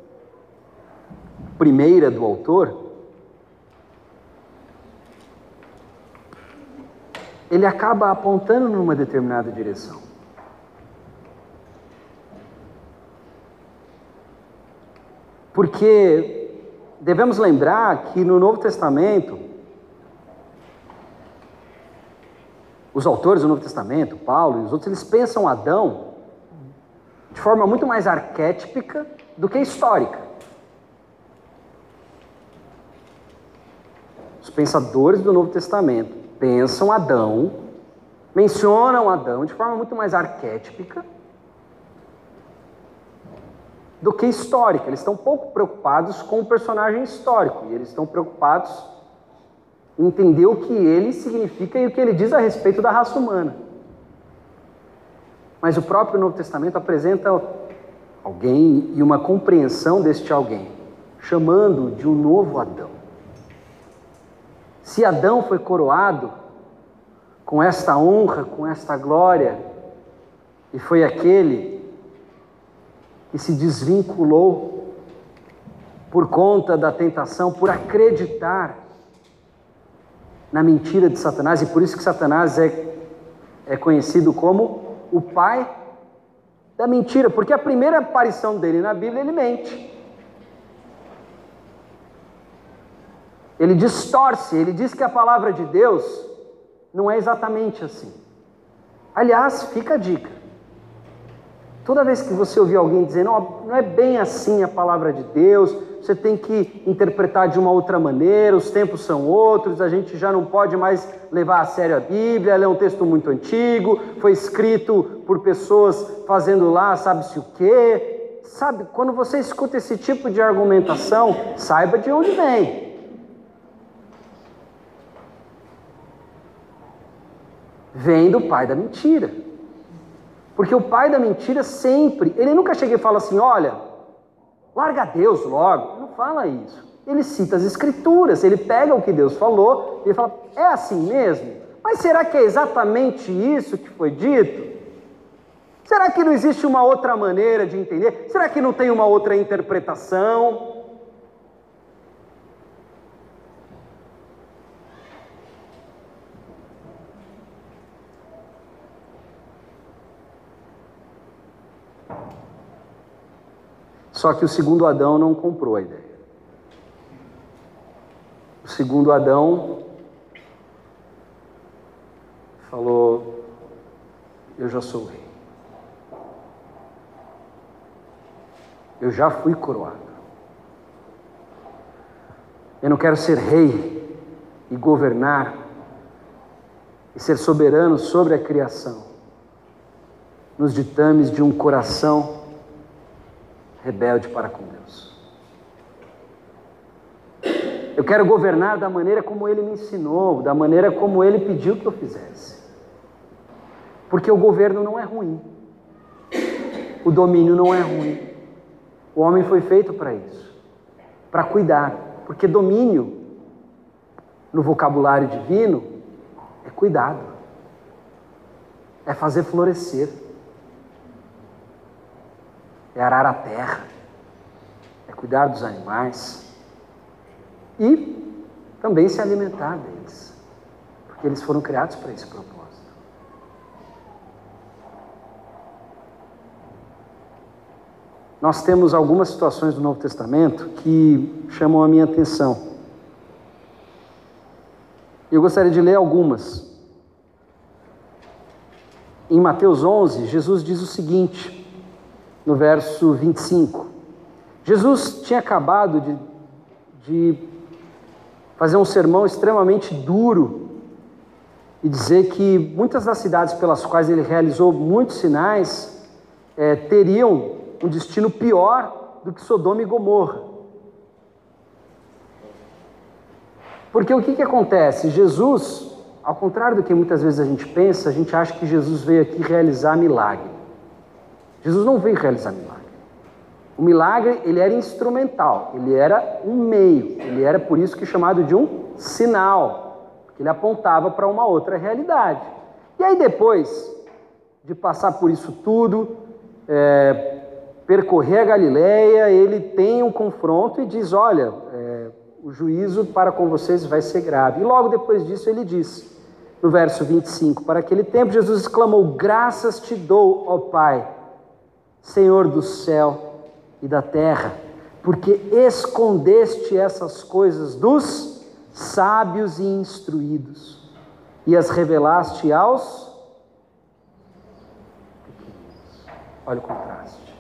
primeira do autor, ele acaba apontando numa determinada direção. Porque devemos lembrar que no Novo Testamento, os autores do Novo Testamento, Paulo e os outros, eles pensam Adão de forma muito mais arquétipica do que histórica. Os pensadores do Novo Testamento pensam Adão, mencionam Adão de forma muito mais arquétipica do que histórica. Eles estão pouco preocupados com o personagem histórico, e eles estão preocupados em entender o que ele significa e o que ele diz a respeito da raça humana. Mas o próprio Novo Testamento apresenta alguém e uma compreensão deste alguém, chamando de um novo Adão. Se Adão foi coroado com esta honra, com esta glória, e foi aquele que se desvinculou por conta da tentação, por acreditar na mentira de Satanás, e por isso que Satanás é conhecido como o pai da mentira, porque a primeira aparição dele na Bíblia, ele mente. Ele distorce, ele diz que a palavra de Deus não é exatamente assim. Aliás, fica a dica. Toda vez que você ouvir alguém dizendo, não é bem assim a palavra de Deus, você tem que interpretar de uma outra maneira, os tempos são outros, a gente já não pode mais levar a sério a Bíblia, ela é um texto muito antigo, foi escrito por pessoas fazendo lá sabe-se o quê. Sabe, quando você escuta esse tipo de argumentação, saiba de onde vem. Vem do pai da mentira. Porque o pai da mentira sempre, ele nunca chega e fala assim, olha, larga Deus logo. Não fala isso. Ele cita as escrituras, ele pega o que Deus falou e ele fala, é assim mesmo? Mas será que é exatamente isso que foi dito? Será que não existe uma outra maneira de entender? Será que não tem uma outra interpretação? Só que o segundo Adão não comprou a ideia. O segundo Adão falou, eu já sou rei. Eu já fui coroado. Eu não quero ser rei e governar e ser soberano sobre a criação, nos ditames de um coração rebelde para com Deus. Eu quero governar da maneira como Ele me ensinou, da maneira como Ele pediu que eu fizesse. Porque o governo não é ruim. O domínio não é ruim. O homem foi feito para isso, para cuidar. Porque domínio, no vocabulário divino, é cuidado. É fazer florescer. É arar a terra, é cuidar dos animais e também se alimentar deles, porque eles foram criados para esse propósito. Nós temos algumas situações do Novo Testamento que chamam a minha atenção. Eu gostaria de ler algumas. Em Mateus 11, Jesus diz o seguinte, no verso 25. Jesus tinha acabado de fazer um sermão extremamente duro e dizer que muitas das cidades pelas quais ele realizou muitos sinais teriam um destino pior do que Sodoma e Gomorra. Porque o que acontece? Jesus, ao contrário do que muitas vezes a gente pensa, a gente acha que Jesus veio aqui realizar milagre. Jesus não veio realizar milagre. O milagre, ele era instrumental, ele era um meio, ele era por isso que chamado de um sinal, porque ele apontava para uma outra realidade. E aí depois de passar por isso tudo, percorrer a Galileia, ele tem um confronto e diz, olha, o juízo para com vocês vai ser grave. E logo depois disso ele diz, no verso 25, para aquele tempo Jesus exclamou, graças te dou, ó Pai, Senhor do céu e da terra, porque escondeste essas coisas dos sábios e instruídos e as revelaste aos pequeninos. Olha o contraste.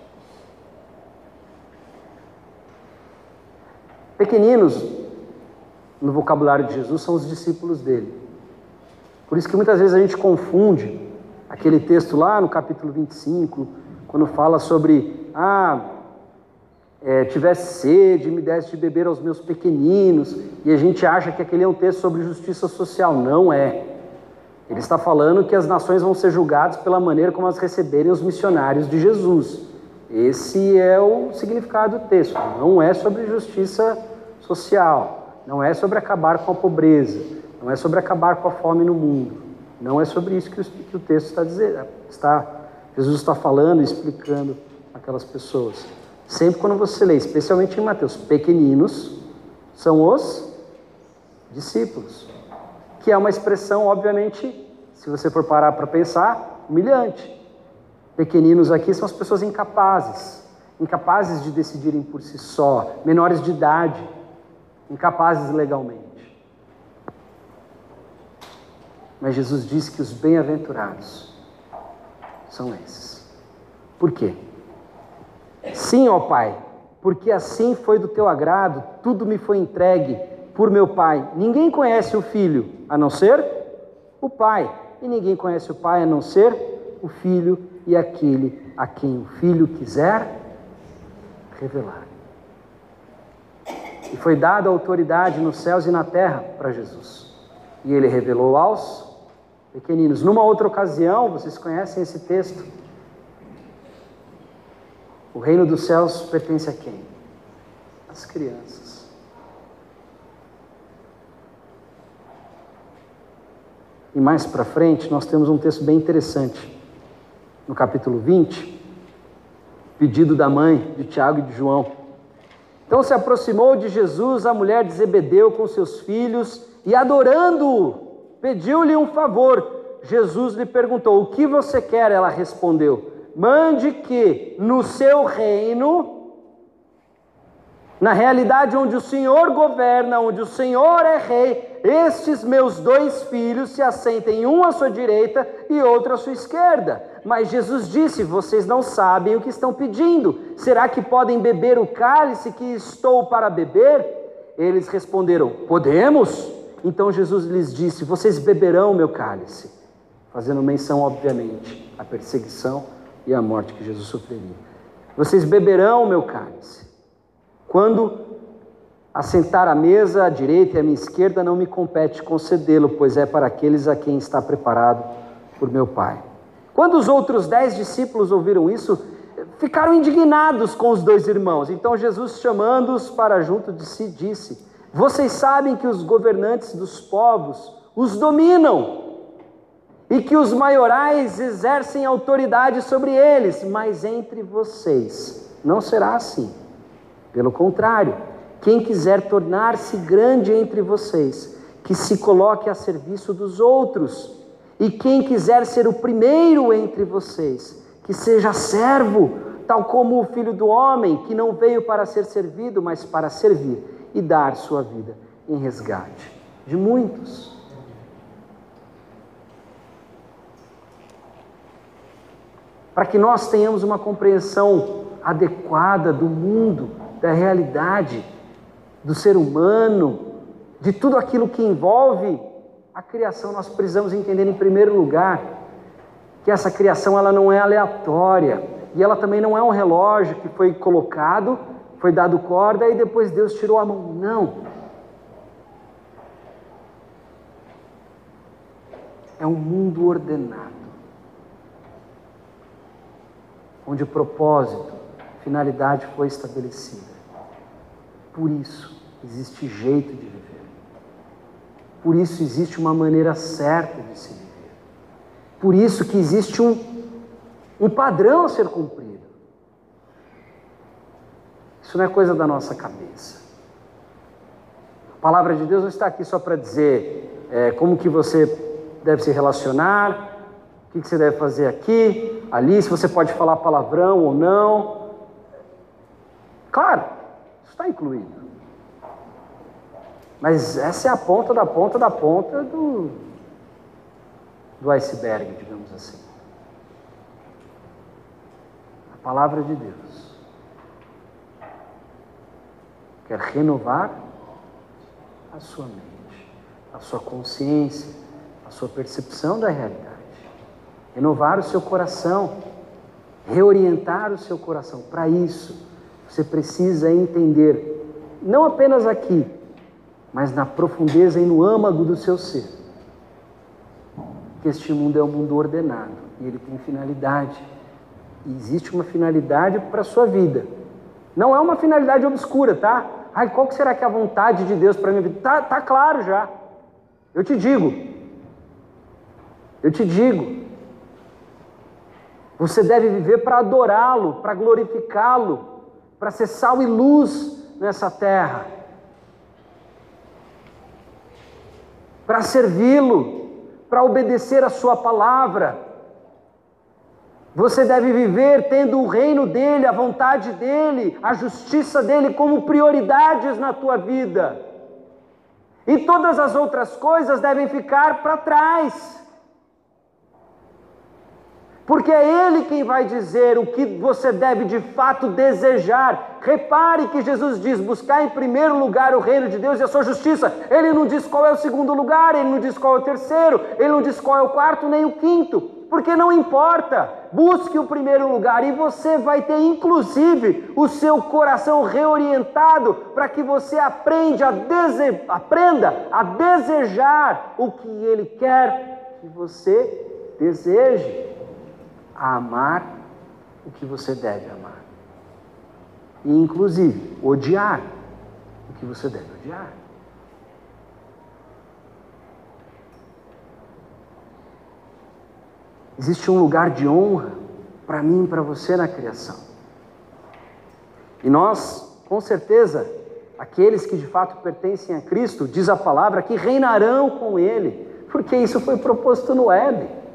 Pequeninos, no vocabulário de Jesus, são os discípulos dele. Por isso que muitas vezes a gente confunde aquele texto lá no capítulo 25, quando fala sobre, tivesse sede, me desse de beber aos meus pequeninos, e a gente acha que aquele é um texto sobre justiça social. Não é. Ele está falando que as nações vão ser julgadas pela maneira como elas receberem os missionários de Jesus. Esse é o significado do texto. Não é sobre justiça social, não é sobre acabar com a pobreza, não é sobre acabar com a fome no mundo. Não é sobre isso que o texto está dizendo. Jesus está falando e explicando aquelas pessoas. Sempre quando você lê, especialmente em Mateus, pequeninos são os discípulos, que é uma expressão, obviamente, se você for parar para pensar, humilhante. Pequeninos aqui são as pessoas incapazes de decidirem por si só, menores de idade, incapazes legalmente. Mas Jesus disse que os bem-aventurados são esses. Por quê? Sim, ó Pai, porque assim foi do teu agrado, tudo me foi entregue por meu Pai. Ninguém conhece o Filho a não ser o Pai, e ninguém conhece o Pai a não ser o Filho e aquele a quem o Filho quiser revelar. E foi dada autoridade nos céus e na terra para Jesus. E ele revelou aos pequeninos. Numa outra ocasião, vocês conhecem esse texto? O reino dos céus pertence a quem? Às crianças. E mais para frente, nós temos um texto bem interessante. No capítulo 20, pedido da mãe de Tiago e de João. Então se aproximou de Jesus a mulher de Zebedeu com seus filhos e, adorando-o, pediu-lhe um favor. Jesus lhe perguntou: o que você quer? Ela respondeu: mande que no seu reino, na realidade onde o Senhor governa, onde o Senhor é rei, estes meus 2 filhos se assentem, um à sua direita e outro à sua esquerda. Mas Jesus disse: vocês não sabem o que estão pedindo. Será que podem beber o cálice que estou para beber? Eles responderam: podemos. Então Jesus lhes disse: vocês beberão o meu cálice, fazendo menção, obviamente, à perseguição e à morte que Jesus sofreria. Vocês beberão o meu cálice. Quando assentar à mesa, à direita e à minha esquerda, não me compete concedê-lo, pois é para aqueles a quem está preparado por meu Pai. Quando os outros 10 discípulos ouviram isso, ficaram indignados com os 2 irmãos. Então Jesus, chamando-os para junto de si, disse: vocês sabem que os governantes dos povos os dominam e que os maiorais exercem autoridade sobre eles, mas entre vocês não será assim. Pelo contrário, quem quiser tornar-se grande entre vocês, que se coloque a serviço dos outros. E quem quiser ser o primeiro entre vocês, que seja servo, tal como o Filho do Homem, que não veio para ser servido, mas para servir e dar sua vida em resgate de muitos. Para que nós tenhamos uma compreensão adequada do mundo, da realidade, do ser humano, de tudo aquilo que envolve a criação, nós precisamos entender, em primeiro lugar, que essa criação ela não é aleatória, e ela também não é um relógio que foi colocado, foi dado corda e depois Deus tirou a mão. Não. É um mundo ordenado, onde o propósito, a finalidade foi estabelecida. Por isso existe jeito de viver. Por isso existe uma maneira certa de se viver. Por isso que existe um padrão a ser cumprido. Isso não é coisa da nossa cabeça. A palavra de Deus não está aqui só para dizer como que você deve se relacionar, o que você deve fazer aqui, ali, se você pode falar palavrão ou não. Claro, isso está incluído. Mas essa é a ponta da ponta da ponta do iceberg, digamos assim. A palavra de Deus quer renovar a sua mente, a sua consciência, a sua percepção da realidade. Renovar o seu coração, reorientar o seu coração. Para isso, você precisa entender, não apenas aqui, mas na profundeza e no âmago do seu ser, que este mundo é um mundo ordenado e ele tem finalidade. E existe uma finalidade para a sua vida. Não é uma finalidade obscura, tá? Ai, qual que será que é a vontade de Deus para a minha vida? Tá claro já. Eu te digo. Você deve viver para adorá-lo, para glorificá-lo, para ser sal e luz nessa terra, para servi-lo, para obedecer a sua palavra. Você deve viver tendo o reino dele, a vontade dele, a justiça dele como prioridades na tua vida. E todas as outras coisas devem ficar para trás. Porque é Ele quem vai dizer o que você deve de fato desejar. Repare que Jesus diz: buscar em primeiro lugar o reino de Deus e a sua justiça. Ele não diz qual é o segundo lugar, Ele não diz qual é o terceiro, Ele não diz qual é o quarto nem o quinto, porque não importa. Busque o primeiro lugar e você vai ter inclusive o seu coração reorientado para que você aprenda a desejar o que Ele quer que você deseje. A amar o que você deve amar. E inclusive odiar o que você deve odiar. Existe um lugar de honra para mim e para você na criação. E nós, com certeza, aqueles que de fato pertencem a Cristo, diz a palavra, que reinarão com Ele, porque isso foi proposto no Éden.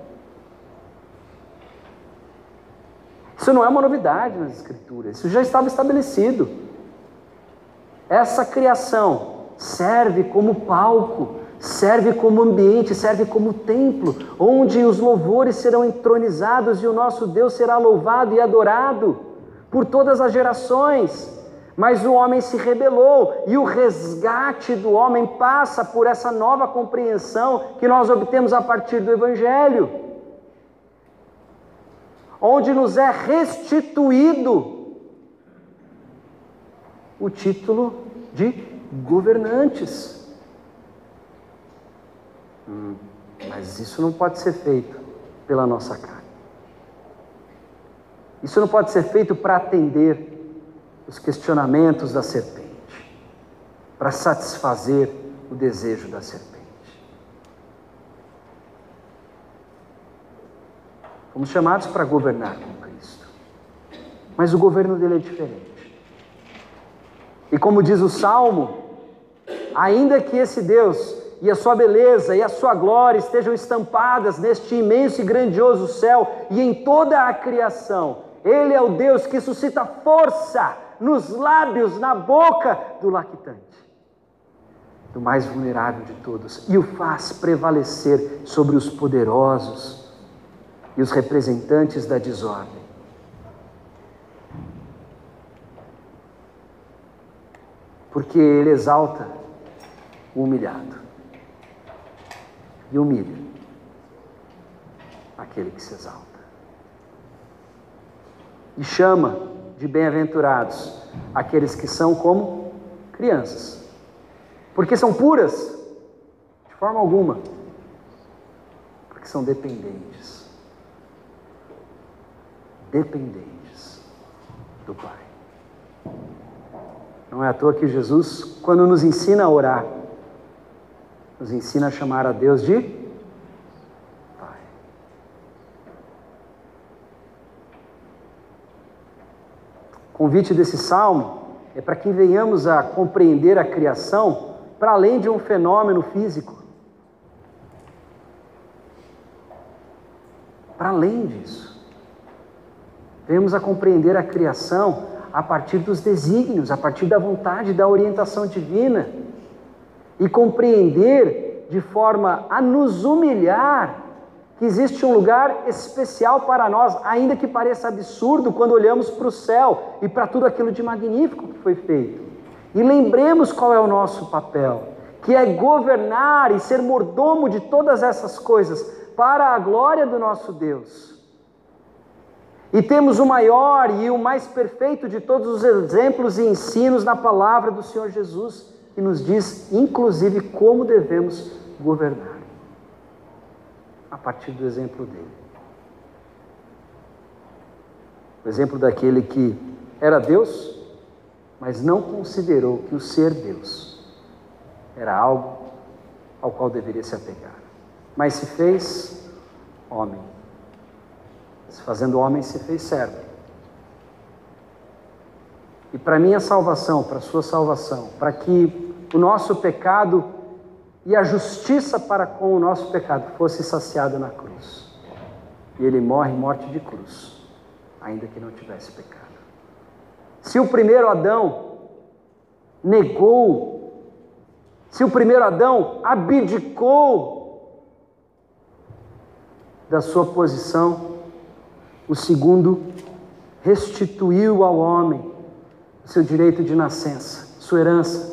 Isso não é uma novidade nas Escrituras, isso já estava estabelecido. Essa criação serve como palco, serve como ambiente, serve como templo, onde os louvores serão entronizados e o nosso Deus será louvado e adorado por todas as gerações. Mas o homem se rebelou e o resgate do homem passa por essa nova compreensão que nós obtemos a partir do Evangelho, onde nos é restituído o título de governantes. Mas isso não pode ser feito pela nossa carne. Isso não pode ser feito para atender os questionamentos da serpente, para satisfazer o desejo da serpente. Fomos chamados para governar com Cristo, mas o governo dele é diferente. E como diz o Salmo, ainda que esse Deus e a sua beleza e a sua glória estejam estampadas neste imenso e grandioso céu e em toda a criação, Ele é o Deus que suscita força nos lábios, na boca do lactante, do mais vulnerável de todos, e o faz prevalecer sobre os poderosos e os representantes da desordem. Porque Ele exalta o humilhado e humilha aquele que se exalta. E chama de bem-aventurados aqueles que são como crianças. Porque são puras? De forma alguma. Porque são dependentes. Dependentes do Pai. Não é à toa que Jesus, quando nos ensina a orar, nos ensina a chamar a Deus de Pai. O convite desse salmo é para que venhamos a compreender a criação para além de um fenômeno físico. Para além disso. Venhamos a compreender a criação a partir dos desígnios, a partir da vontade, da orientação divina. E compreender de forma a nos humilhar que existe um lugar especial para nós, ainda que pareça absurdo quando olhamos para o céu e para tudo aquilo de magnífico que foi feito. E lembremos qual é o nosso papel, que é governar e ser mordomo de todas essas coisas para a glória do nosso Deus. E temos o maior e o mais perfeito de todos os exemplos e ensinos na palavra do Senhor Jesus, que nos diz, inclusive, como devemos governar, a partir do exemplo dele. O exemplo daquele que era Deus, mas não considerou que o ser Deus era algo ao qual deveria se apegar, mas se fez homem. Se fazendo homem, se fez servo. E para minha salvação, para a sua salvação, para que o nosso pecado e a justiça para com o nosso pecado fosse saciado na cruz. E Ele morre morte de cruz, ainda que não tivesse pecado. Se o primeiro Adão negou, se o primeiro Adão abdicou da sua posição O segundo, restituiu ao homem o seu direito de nascença, sua herança.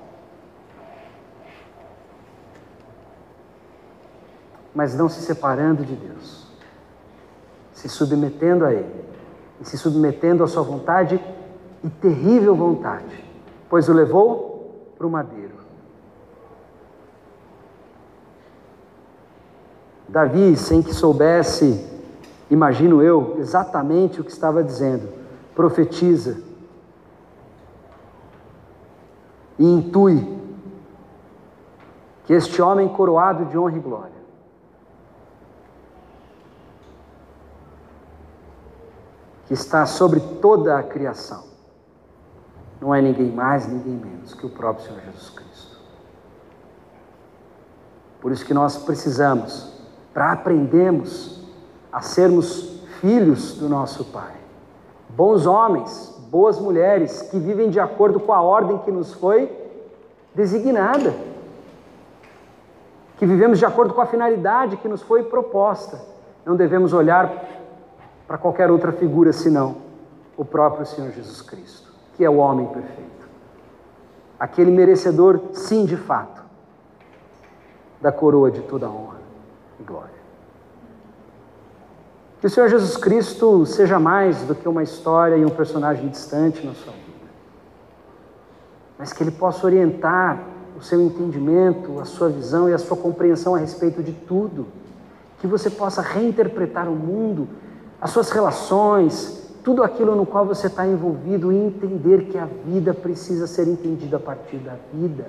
Mas não se separando de Deus, se submetendo a Ele, e se submetendo à sua vontade e terrível vontade, pois o levou para o madeiro. Davi, sem que soubesse, imagino eu, exatamente o que estava dizendo, profetiza e intui que este homem coroado de honra e glória, que está sobre toda a criação, não é ninguém mais, ninguém menos que o próprio Senhor Jesus Cristo. Por isso que nós precisamos, para aprendermos a sermos filhos do nosso Pai, bons homens, boas mulheres, que vivem de acordo com a ordem que nos foi designada, que vivemos de acordo com a finalidade que nos foi proposta. Não devemos olhar para qualquer outra figura senão o próprio Senhor Jesus Cristo, que é o homem perfeito, aquele merecedor, sim, de fato, da coroa de toda honra e glória. Que o Senhor Jesus Cristo seja mais do que uma história e um personagem distante na sua vida, mas que Ele possa orientar o seu entendimento, a sua visão e a sua compreensão a respeito de tudo, que você possa reinterpretar o mundo, as suas relações, tudo aquilo no qual você está envolvido, e entender que a vida precisa ser entendida a partir da vida.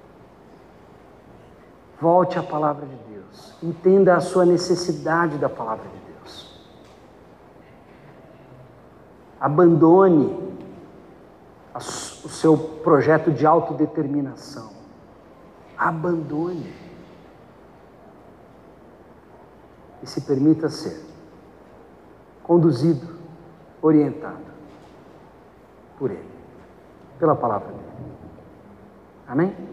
Volte à palavra de Deus, entenda a sua necessidade da palavra de Deus. Abandone o seu projeto de autodeterminação. Abandone. E se permita ser conduzido, orientado por Ele, pela palavra dele. Amém?